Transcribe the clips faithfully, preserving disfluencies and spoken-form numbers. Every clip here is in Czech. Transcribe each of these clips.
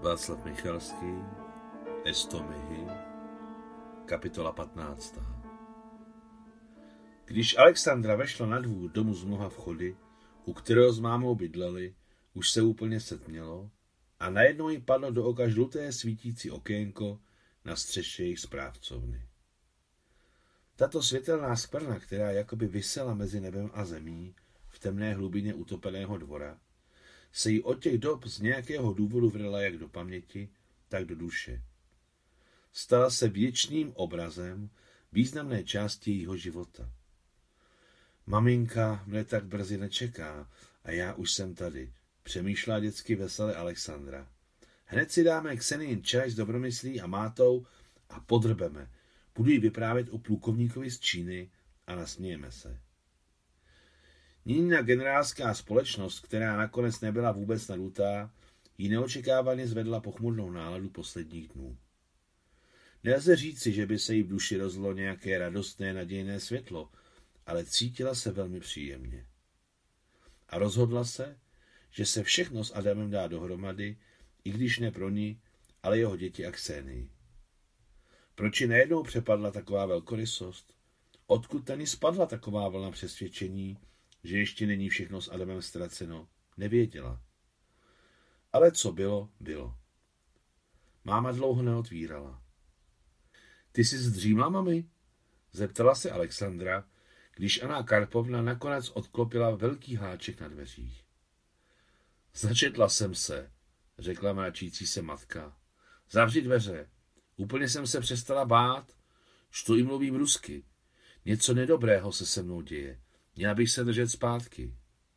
Václav Michalský, Estomihy, kapitola patnáctá. Když Alexandra vešla na dvůr domu z mnoha vchody, u kterého s mámou bydleli, už se úplně setmělo a najednou jí padlo do oka žluté svítící okénko na střeše jejich správcovny. Tato světelná skvrna, která jakoby visela mezi nebem a zemí v temné hlubině utopeného dvora, se jí od těch dob z nějakého důvodu vrela jak do paměti, tak do duše. Stala se věčným obrazem významné části jejího života. Maminka mne tak brzy nečeká a já už jsem tady, přemýšlela dětsky veselé Alexandra. Hned si dáme Ksenijin čaj s Dobromyslí a Mátou a podrbeme. Budu jí vyprávět o plukovníkovi z Číny a nasmějeme se. Nínina generálská společnost, která nakonec nebyla vůbec nadutá, jí neočekávaně zvedla pochmurnou náladu posledních dnů. Nelze říci, že by se jí v duši rozlo nějaké radostné nadějné světlo, ale cítila se velmi příjemně. A rozhodla se, že se všechno s Adamem dá dohromady, i když ne pro ní, ale jeho děti a Ksenii. Proč ji najednou přepadla taková velkorysost? Odkud tady spadla taková vlna přesvědčení, že ještě není všechno s Adamem ztraceno? Nevěděla. Ale co bylo, bylo. Máma dlouho neotvírala. Ty jsi zdřímla, mami? Zeptala se Alexandra, když Anna Karpovna nakonec odklopila velký háček na dveřích. Začetla jsem se, řekla mračící se matka. Zavři dveře. Úplně jsem se přestala bát. Čtu i mluvím rusky. Něco nedobrého se se mnou děje. Měla bych se držet zpátky.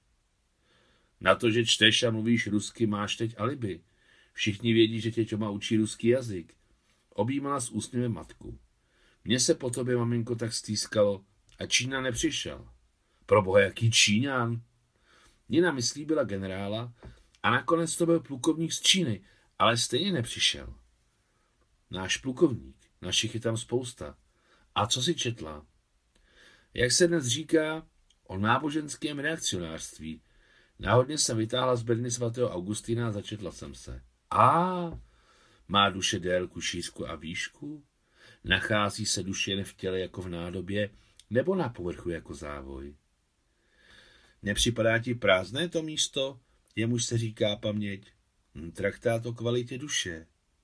Na to, že čteš a mluvíš rusky, máš teď alibi. Všichni vědí, že tě Toma učí ruský jazyk. Objímala s úsměvem matku. Mně se po tobě, maminko, tak stýskalo a Čína nepřišel. Proboha, jaký Číňan? Nina mi slíbila generála a nakonec to byl plukovník z Číny, ale stejně nepřišel. Náš plukovník, našich je tam spousta. A co si četla? Jak se dnes říká o náboženském reakcionářství. Náhodně jsem vytáhla z bedny svatého Augustína a začetla jsem se. A má duše délku, šířku a výšku? Nachází se duše jen v těle jako v nádobě, nebo na povrchu jako závoj? Nepřipadá ti prázdné to místo, jemuž se říká paměť? Traktát o kvalitě duše.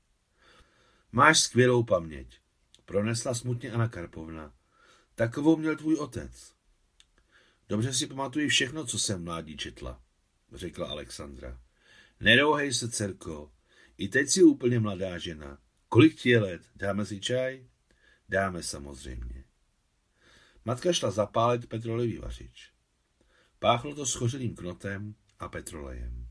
Máš skvělou paměť, pronesla smutně Anna Karpovna. Takovou měl tvůj otec. Dobře si pamatuji všechno, co jsem mládí četla, řekla Alexandra. Nerouhej se, dcerko, i teď jsi úplně mladá žena. Kolik ti je let? Dáme si čaj? Dáme samozřejmě. Matka šla zapálit petrolejový vařič. Páchlo to schořelým knotem a petrolejem.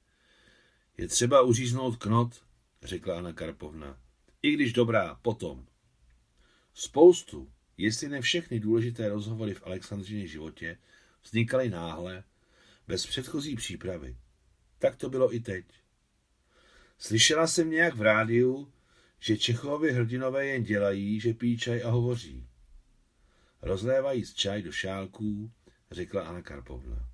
Je třeba uříznout knot, řekla Anna Karpovna. I když dobrá, potom. Spoustu, jestli ne všechny důležité rozhovory v Alexandrině životě, vznikaly náhle, bez předchozí přípravy. Tak to bylo i teď. Slyšela jsem nějak v rádiu, že Čechovi hrdinové jen dělají, že pijí čaj a hovoří. Rozlévají z čaj do šálků, řekla Anna Karpovna.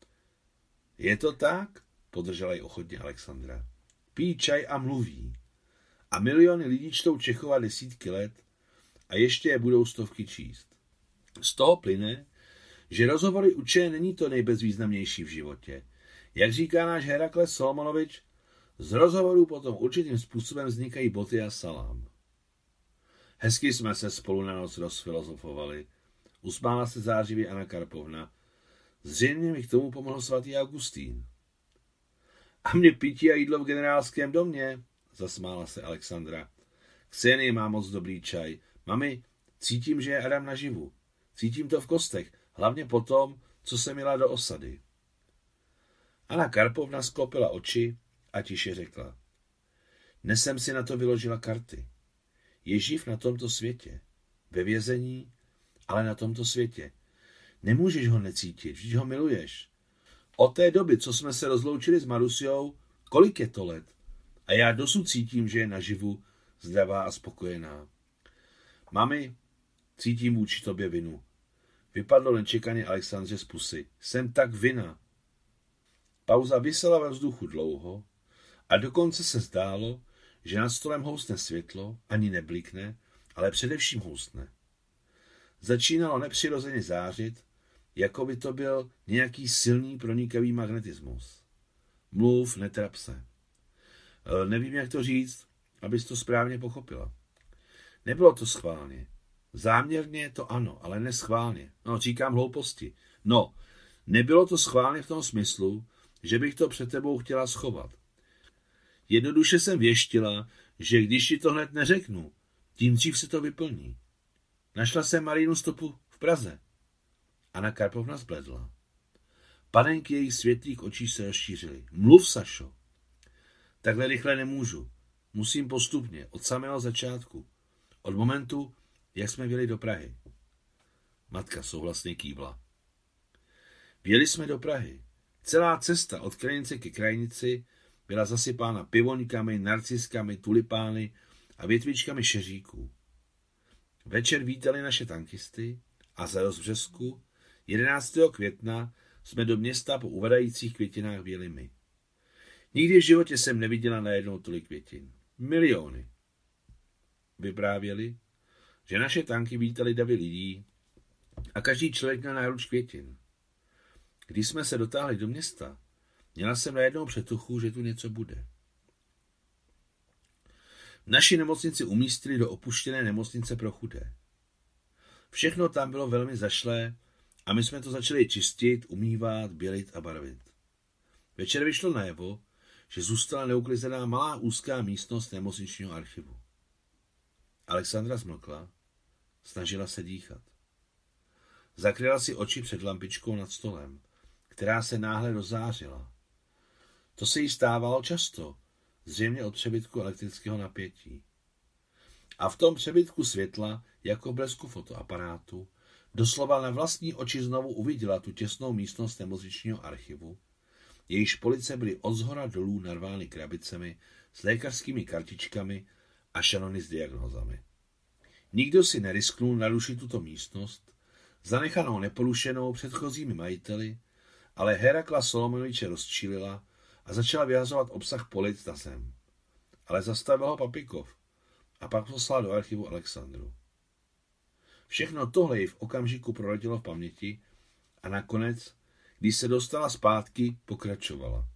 Je to tak? Podržela ji ochotně Alexandra. Pijí čaj a mluví. A miliony lidí čtou Čechova desítky let a ještě je budou stovky číst. Z toho plyne, že rozhovory u Č není to nejbezvýznamnější v životě. Jak říká náš Herakles Solomonovič, z rozhovorů potom určitým způsobem vznikají boty a salám. Hezky jsme se spolu na noc rozfilozofovali. Usmála se zářivě Anna Karpovna. Zřejmě mi k tomu pomohl svatý Augustín. A mě pití a jídlo v generálském domě, zasmála se Alexandra. Ksenii má moc dobrý čaj. Mami, cítím, že je Adam naživu. Cítím to v kostech, hlavně po tom, co jsem jela do osady. Anna Karpovna sklopila oči a tiše řekla. Dnes jsem si na to vyložila karty. Je živ na tomto světě. Ve vězení, ale na tomto světě. Nemůžeš ho necítit, vždyť ho miluješ. Od té doby, co jsme se rozloučili s Marusiou, kolik je to let? A já dosud cítím, že je naživu, zdravá a spokojená. Mami, cítím vůči tobě vinu. Vypadlo nečekaně Alexandře z pusy. Jsem tak vina. Pauza visela ve vzduchu dlouho A dokonce se zdálo, že nad stolem housne světlo, ani neblikne, ale především housne. Začínalo nepřirozeně zářit, jako by to byl nějaký silný pronikavý magnetismus. Mluv, netrap se. E, nevím, jak to říct, abys to správně pochopila. Nebylo to schválně. Záměrně to ano, ale neschválně. No, říkám hlouposti. No, nebylo to schválně v tom smyslu, že bych to před tebou chtěla schovat. Jednoduše jsem věštila, že když ti to hned neřeknu, tím dřív se to vyplní. Našla jsem Marínu stopu v Praze. Anna Karpovna zbledla. Panenky jejich světlých očí se rozšířily. Mluv, Sašo. Takhle rychle nemůžu. Musím postupně, od samého začátku. Od momentu, jak jsme vjeli do Prahy. Matka souhlasně kývla. Vjeli jsme do Prahy. Celá cesta od krajnice ke krajnici byla zasypána pivoňkami, narciskami, tulipány a větvičkami šeříků. Večer vítali naše tankisty a za rozbřesku jedenáctého května jsme do města po uvadajících květinách vjeli my. Nikdy v životě jsem neviděla najednou tolik květin. Miliony. Vyprávěli, že naše tanky vítali davy lidí a každý člověk měl náruč květin. Když jsme se dotáhli do města, měla jsem najednou předtuchu, že tu něco bude. Naši nemocnici umístili do opuštěné nemocnice pro chudé. Všechno tam bylo velmi zašlé a my jsme to začali čistit, umývat, bělit a barvit. Večer vyšlo najevo, že zůstala neuklizená malá úzká místnost nemocničního archivu. Alexandra zmlkla, snažila se dýchat. Zakryla si oči před lampičkou nad stolem, která se náhle rozářila. To se jí stávalo často, zřejmě od přebytku elektrického napětí. A v tom přebytku světla, jako v blesku fotoaparátu, doslova na vlastní oči znovu uviděla tu těsnou místnost nemocničního archivu, jejíž police byly odzhora dolů narvány krabicemi s lékařskými kartičkami a šanony s diagnózami. Nikdo si nerisknul narušit tuto místnost, zanechanou neporušenou předchozími majiteli, ale Herakla Solomonoviče rozčílila a začala vyhazovat obsah polic na zem. Ale zastavil ho Papikov a pak poslal do archivu Alexandru. Všechno tohle ji v okamžiku proletělo v paměti a nakonec, když se dostala zpátky, pokračovala.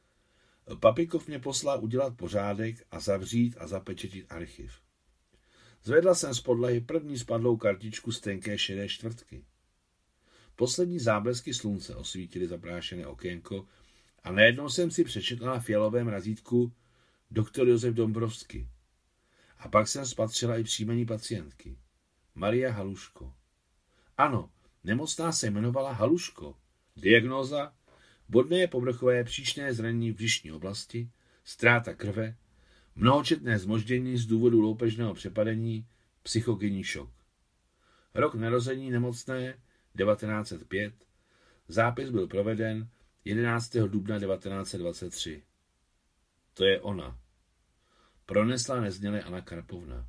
Papikov mě poslal udělat pořádek a zavřít a zapečetit archiv. Zvedla jsem z podlahy první spadlou kartičku z tenké šedé čtvrtky. Poslední záblesky slunce osvítily zaprášené okénko a najednou jsem si přečetla na fialovém razítku doktor Josef Dombrovský. A pak jsem spatřila i příjmení pacientky. Maria Haluško. Ano, nemocná se jmenovala Haluško. Diagnóza: bodné povrchové příčné zranění v břišní oblasti, ztráta krve, mnohočetné zmoždění z důvodu loupežného přepadení, psychogenní šok. Rok narození nemocné devatenáct set pět, zápis byl proveden jedenáctého dubna devatenáct set dvacet tři. To je ona. Pronesla nezněle Anna Karpovna.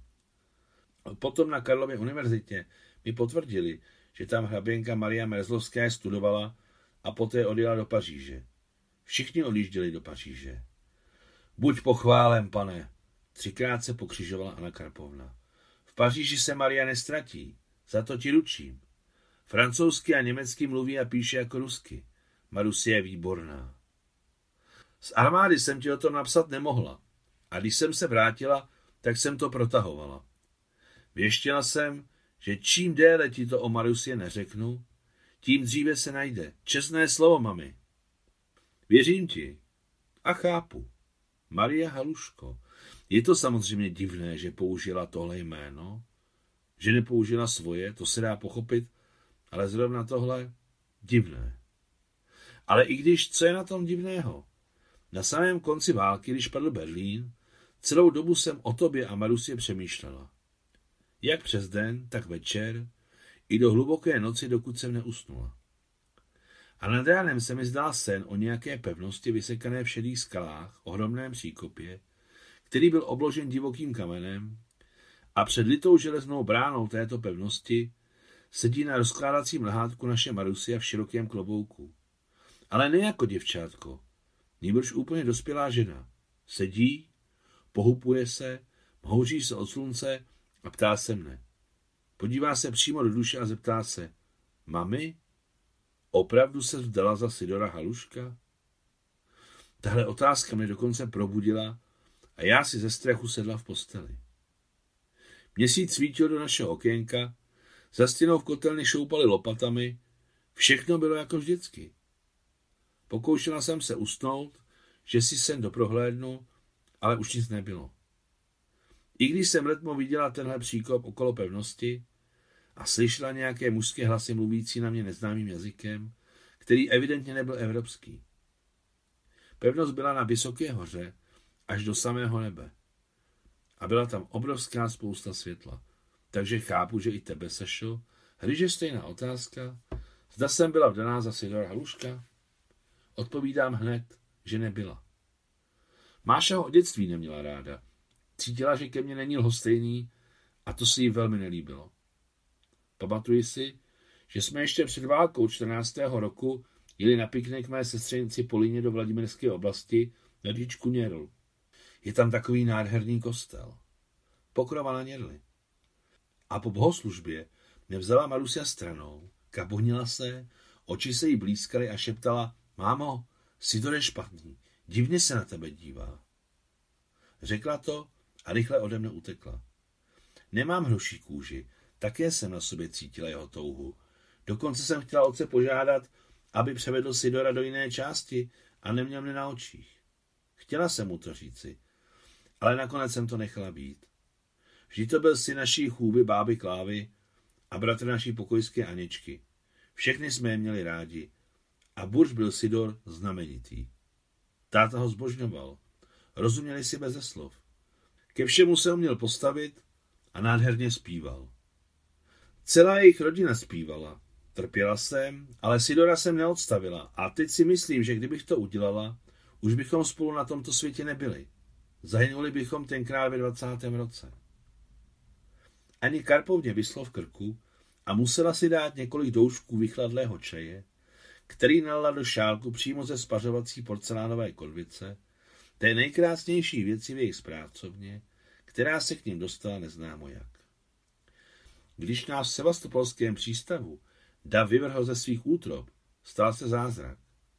Potom na Karlově univerzitě mi potvrdili, že tam hraběnka Maria Merzlovská studovala a poté odjela do Paříže. Všichni odjížděli do Paříže. Buď pochválen, pane, třikrát se pokřižovala Anna Karpovna. V Paříži se Maria nestratí, za to ti ručím. Francouzsky a německy mluví a píše jako rusky. Marusie je výborná. Z armády jsem ti o tom napsat nemohla a když jsem se vrátila, tak jsem to protahovala. Věštěla jsem, že čím déle ti to o Marusie neřeknu, tím dříve se najde. Čestné slovo, mami. Věřím ti. A chápu. Maria Haluško. Je to samozřejmě divné, že použila tohle jméno, že nepoužila svoje, to se dá pochopit, ale zrovna tohle divné. Ale i když, co je na tom divného? Na samém konci války, když padl Berlín, celou dobu jsem o tobě a Marusie přemýšlela. Jak přes den, tak večer, i do hluboké noci, dokud jsem neusnula. A nad ránem se mi zdál sen o nějaké pevnosti vysekané v šedých skalách, ohromném příkopě, který byl obložen divokým kamenem a před litou železnou bránou této pevnosti sedí na rozkládacím lehátku naše Marusia v širokém klobouku. Ale ne jako děvčátko, nýbrž úplně dospělá žena. Sedí, pohupuje se, houří se od slunce a ptá se mne. Podívá se přímo do duše a zeptá se, mami, opravdu se vdala za Sidora Haluška? Tahle otázka mě dokonce probudila a já si ze strachu sedla v posteli. Měsíc svítil do našeho okénka, za stěnou v kotelně šoupali lopatami, všechno bylo jako vždycky. Pokoušela jsem se usnout, že si sen doprohlédnu, ale už nic nebylo. I když jsem letmo viděla tenhle příkop okolo pevnosti a slyšela nějaké mužské hlasy mluvící na mě neznámým jazykem, který evidentně nebyl evropský. Pevnost byla na vysoké hoře až do samého nebe. A byla tam obrovská spousta světla. Takže chápu, že i tebe, Sašo, hryže stejná otázka, zda jsem byla vdaná za Sidora Haluška? Odpovídám hned, že nebyla. Máša ho od dětství neměla ráda. Cítila, že ke mně není lhostejný a to si jí velmi nelíbilo. Pamatuji si, že jsme ještě před válkou čtrnáctého roku jeli na piknik mé sestřenici Políně do Vladimirské oblasti na říčku Něrl. Je tam takový nádherný kostel. Pokrova na Něrli. A po bohoslužbě mě vzala Marusia stranou, kabohnila se, oči se jí blízkaly a šeptala, mámo, Sidor je špatný, divně se na tebe dívá. Řekla to a rychle ode mne utekla. Nemám hruší kůži, také jsem na sobě cítila jeho touhu. Dokonce jsem chtěla otce požádat, aby převedl Sidora do jiné části a neměl mě na očích. Chtěla jsem mu to říci, ale nakonec jsem to nechala být. Vždy to byl syn naší chůvy báby Klávy a bratr naší pokojské Aničky. Všechny jsme je měli rádi a burž byl Sidor znamenitý. Táta ho zbožňoval. Rozuměli si beze slov. Ke všemu se uměl postavit a nádherně zpíval. Celá jejich rodina zpívala. Trpěla jsem, ale Sidora jsem neodstavila a teď si myslím, že kdybych to udělala, už bychom spolu na tomto světě nebyli. Zahynuli bychom tenkrát ve dvacátém roce. Ani Karpovně vyslo v krku a musela si dát několik doušků vychladlého čaje, který nalila do šálku přímo ze spařovací porcelánové konvice, té nejkrásnější věci v jejich správcovně, která se k ním dostala neznámo jak. Když nás v sevastopolském přístavu dav vyvrhl ze svých útrob, stal se zázrak.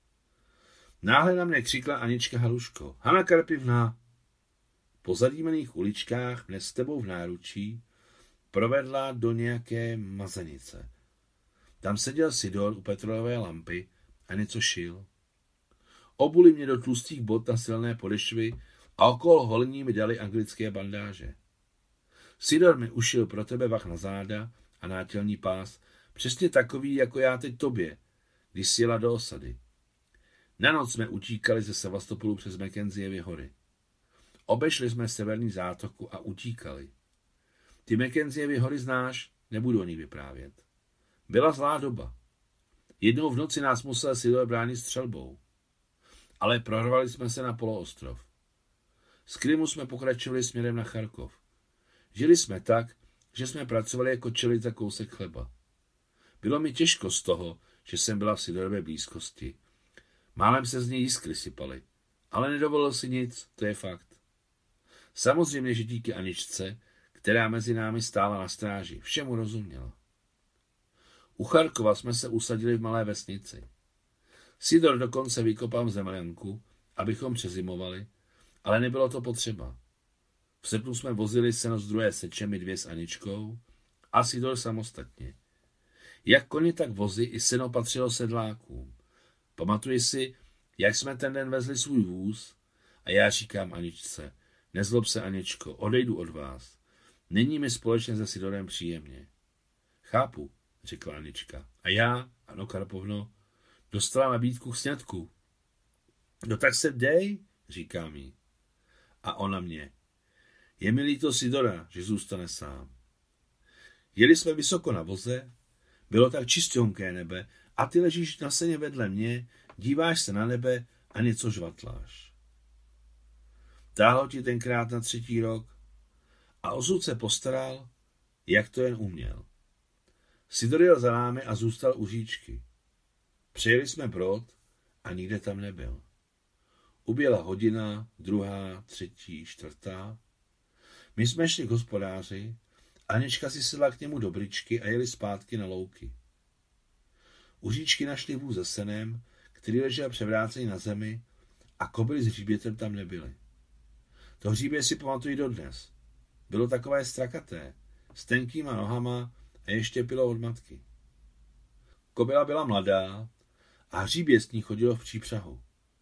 Náhle na mě křikla Anička Haluško. Hana Karpivna! Po zadýmených uličkách mne s tebou v náručí provedla do nějaké mazanice. Tam seděl Sidor u petrolové lampy a něco šil. Obuli mě do tlustých bot na silné podešvy a okolo holení mi dali anglické bandáže. Sidor mi ušil pro tebe vach na záda a nátělní pás, přesně takový, jako já teď tobě, když jsi jela do osady. Na noc jsme utíkali ze Sevastopolu přes Mackenzievy hory. Obešli jsme severní zátoku a utíkali. Ty Mackenzievy hory znáš, nebudu o nich vyprávět. Byla zlá doba. Jednou v noci nás musel Sidor bránit střelbou. Ale prorvali jsme se na poloostrov. Z Krymu jsme pokračovali směrem na Charkov. Žili jsme tak, že jsme pracovali jako čelit za kousek chleba. Bylo mi těžko z toho, že jsem byla v Sidorové blízkosti. Málem se z něj jiskry sypaly, ale nedovolil si nic, to je fakt. Samozřejmě, že díky Aničce, která mezi námi stála na stráži, všemu rozuměla. U Charkova jsme se usadili v malé vesnici. Sidor dokonce vykopal zemlenku, abychom přezimovali, ale nebylo to potřeba. V srpnu jsme vozili seno z druhé seče my dvě s Aničkou a Sidor samostatně. Jak koně, tak vozy i seno patřilo sedlákům. Pamatuji si, jak jsme ten den vezli svůj vůz a já říkám Aničce, nezlob se, Aničko, odejdu od vás. Není mi společně se Sidorem příjemně. Chápu, řekla Anička. A já, ano Karpovno, dostala nabídku k sňatku. No tak se dej, říkám jí. A ona mě. Je mi líto Sidora, že zůstane sám. Jeli jsme vysoko na voze, bylo tak čistionké nebe a ty ležíš na seně vedle mě, díváš se na nebe a něco žvatláš. Táhlo ti tenkrát na třetí rok a osud se postaral, jak to jen uměl. Sidor jel za námi a zůstal u říčky. Přejeli jsme brod a nikde tam nebyl. Uběhla hodina, druhá, třetí, čtvrtá. My jsme šli k hospodáři, Anička si sedla k němu do bričky a jeli zpátky na louky. U říčky našli vůz se senem, který ležel převrácený na zemi, a kobily s hříbětem tam nebyly. To hříbě si pamatuji dodnes. Bylo takové strakaté, s tenkýma nohama a ještě pilo od matky. Kobyla byla mladá a hříbě s ní chodilo v přípřahu.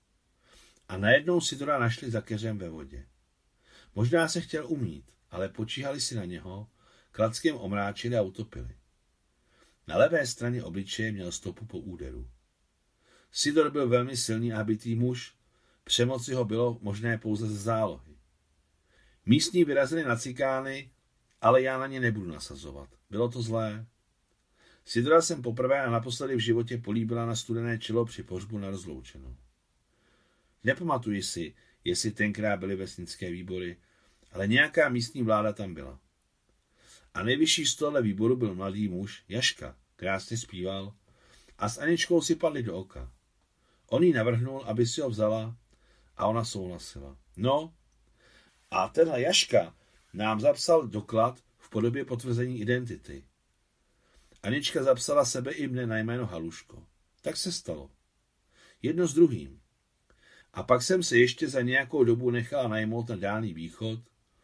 A najednou Sidora našli za keřem ve vodě. Možná se chtěl umýt, ale počíhali si na něho, klackem omráčili a utopili. Na levé straně obličeje měl stopu po úderu. Sidor byl velmi silný a bitý muž, přemoci ho bylo možné pouze ze zálohy. Místní vyrazili na cikány, ale já na ně nebudu nasazovat. Bylo to zlé. Sidora jsem poprvé a naposledy v životě políbila na studené čelo při pohřbu na rozloučenou. Nepamatuji si, jestli tenkrát byly vesnické výbory, ale nějaká místní vláda tam byla. A nejvyšší z tohle výboru byl mladý muž, Jaška, krásně zpíval, a s Aničkou si padli do oka. On jí navrhnul, aby si ho vzala, a ona souhlasila. No, a tenhle Jaška nám zapsal doklad v podobě potvrzení identity. Anička zapsala sebe i mne na jméno Haluško. Tak se stalo. Jedno s druhým. A pak jsem se ještě za nějakou dobu nechala najmout na Dálný východ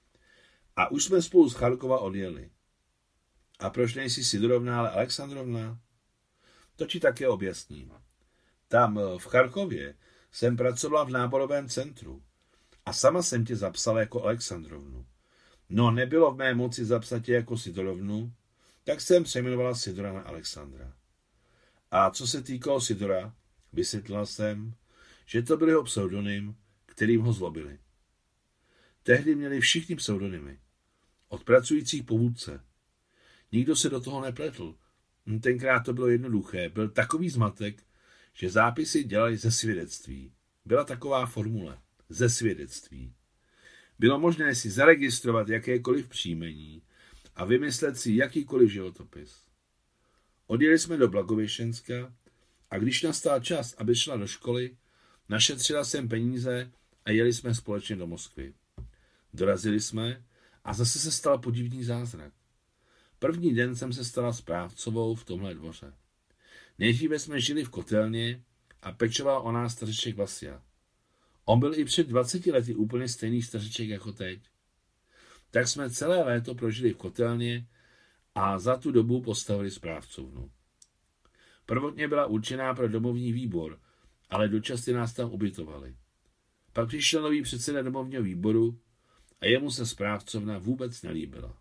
a už jsme spolu z Charkova odjeli. A proč nejsi Sidorovna, ale Alexandrovna? To ti také objasním. Tam v Charkově jsem pracovala v náborovém centru a sama jsem tě zapsala jako Alexandrovnu. No, nebylo v mé moci zapsat tě jako Sidorovnu, tak jsem přejmenovala Sidora na Alexandra. A co se týkalo Sidora, vysvětlila jsem, že to byl jeho pseudonym, kterým ho zlobili. Tehdy měli všichni pseudonymy. Od pracujících po vůdce. Nikdo se do toho nepletl. Tenkrát to bylo jednoduché. Byl takový zmatek, že zápisy dělali ze svědectví. Byla taková formule. Ze svědectví. Bylo možné si zaregistrovat jakékoliv příjmení a vymyslet si jakýkoliv životopis. Odjeli jsme do Blagověšenska a když nastal čas, aby šla do školy, našetřila jsem peníze a jeli jsme společně do Moskvy. Dorazili jsme a zase se stal podivný zázrak. První den jsem se stala správcovou v tomhle dvoře. Nejdříve jsme žili v kotelně a pečoval o nás stařeček Vasia. On byl i před dvaceti lety úplně stejný stařeček jako teď. Tak jsme celé léto prožili v kotelně a za tu dobu postavili správcovnu. Prvotně byla určená pro domovní výbor, ale dočasně nás tam ubytovali. Pak přišel nový předseda domovního výboru a jemu se správcovna vůbec nelíbila.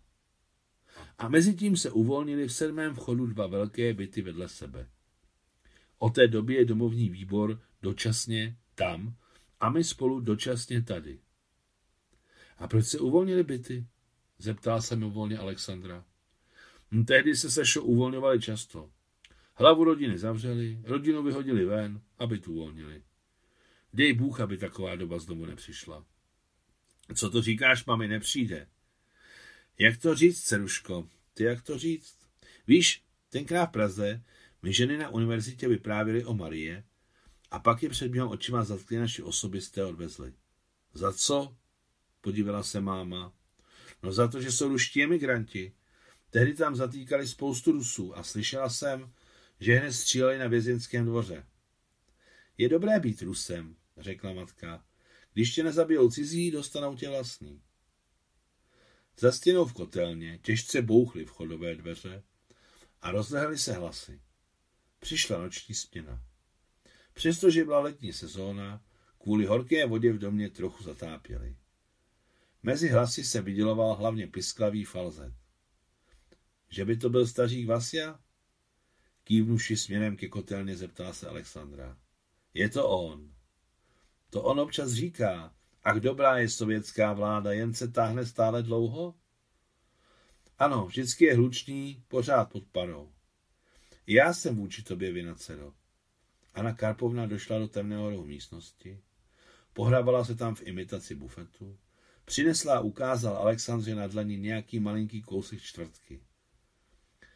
A mezi tím se uvolnili v sedmém vchodu dva velké byty vedle sebe. Od té doby je domovní výbor dočasně tam a my spolu dočasně tady. A proč se uvolnili byty? Zeptal jsem uvolně Alexandra. Hm, tehdy se sešo uvolňovali často. Hlavu rodiny zavřeli, rodinu vyhodili ven, aby tu uvolnili. Dej Bůh, aby taková doba z domu nepřišla. Co to říkáš, mami, nepřijde? Jak to říct, dceruško? Ty jak to říct? Víš, tenkrát v Praze mi ženy na univerzitě vyprávěly o Marie a pak je před mýma očima zatkli naši osobisté odvezli. Za co? Podívala se máma. No za to, že jsou ruští emigranti. Tehdy tam zatýkali spoustu Rusů a slyšela jsem, že hned stříleli na vězeňském dvoře. Je dobré být Rusem, řekla matka. Když tě nezabijou cizí, dostanou tě vlastní. Za stěnou v kotelně těžce bouchly vchodové dveře a rozlehly se hlasy. Přišla noční stěna. Přestože byla letní sezóna, kvůli horké vodě v domě trochu zatápěli. Mezi hlasy se vyděloval hlavně pisklavý falzet. Že by to byl stařík Vasia? Kývnuši směrem ke kotelně zeptala se Alexandra. Je to on. To on občas říká, ach dobrá je sovětská vláda, jen se táhne stále dlouho? Ano, vždycky je hlučný, pořád pod parou. Já jsem vůči tobě vina, dcero. Anna Karpovna došla do temného rohu místnosti, pohrabala se tam v imitaci bufetu, přinesla a ukázala Alexandře na dlani nějaký malinký kousek čtvrtky.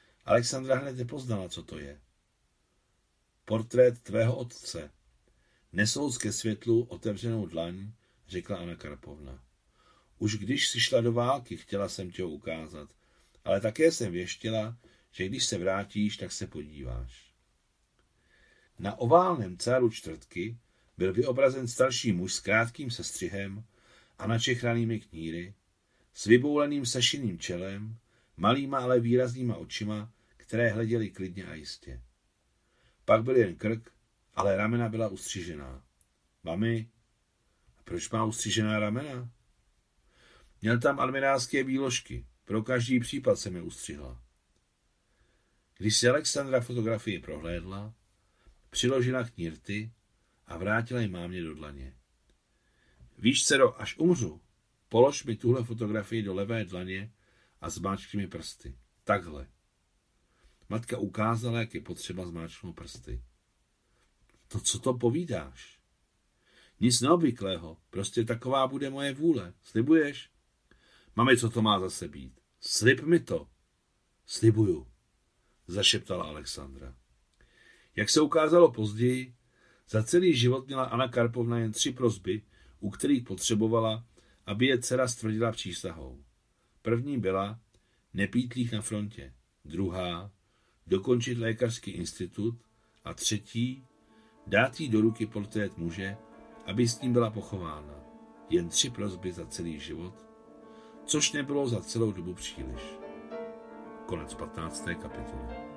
Alexandra hned nepoznala, co to je. Portrét tvého otce. Nesouc ke světlu otevřenou dlaň, řekla Anna Karpovna. Už když si šla do války, chtěla jsem tě ho ukázat, ale také jsem věštila, že když se vrátíš, tak se podíváš. Na oválném cáru čtvrtky byl vyobrazen starší muž s krátkým sestřihem a načechranými kníry, s vybouleným sešiným čelem, malýma, ale výraznýma očima, které hleděly klidně a jistě. Pak byl jen krk, ale ramena byla ustřižená. Mami, proč má ustřižená ramena? Měl tam admirálské výložky, pro každý případ se mi ustřihla. Když si Alexandra fotografii prohlédla, přiložila k ní rty a vrátila ji mámě do dlaně. Víš, dcero, až umřu, polož mi tuhle fotografii do levé dlaně a zmáčkni mi prsty. Takhle. Matka ukázala, jak je potřeba zmáčknout prsty. To co to povídáš? Nic neobvyklého, prostě taková bude moje vůle. Slibuješ? Mami, co to má zase být? Slib mi to. Slibuju, zašeptala Alexandra. Jak se ukázalo později, za celý život měla Anna Karpovna jen tři prosby, u kterých potřebovala, aby je dcera stvrdila přísahou. První byla nepít líh na frontě, druhá dokončit lékařský institut a třetí dát jí do ruky portrét muže, aby s ním byla pochována. Jen tři prosby za celý život, což nebylo za celou dobu příliš. Konec patnácté kapitoly.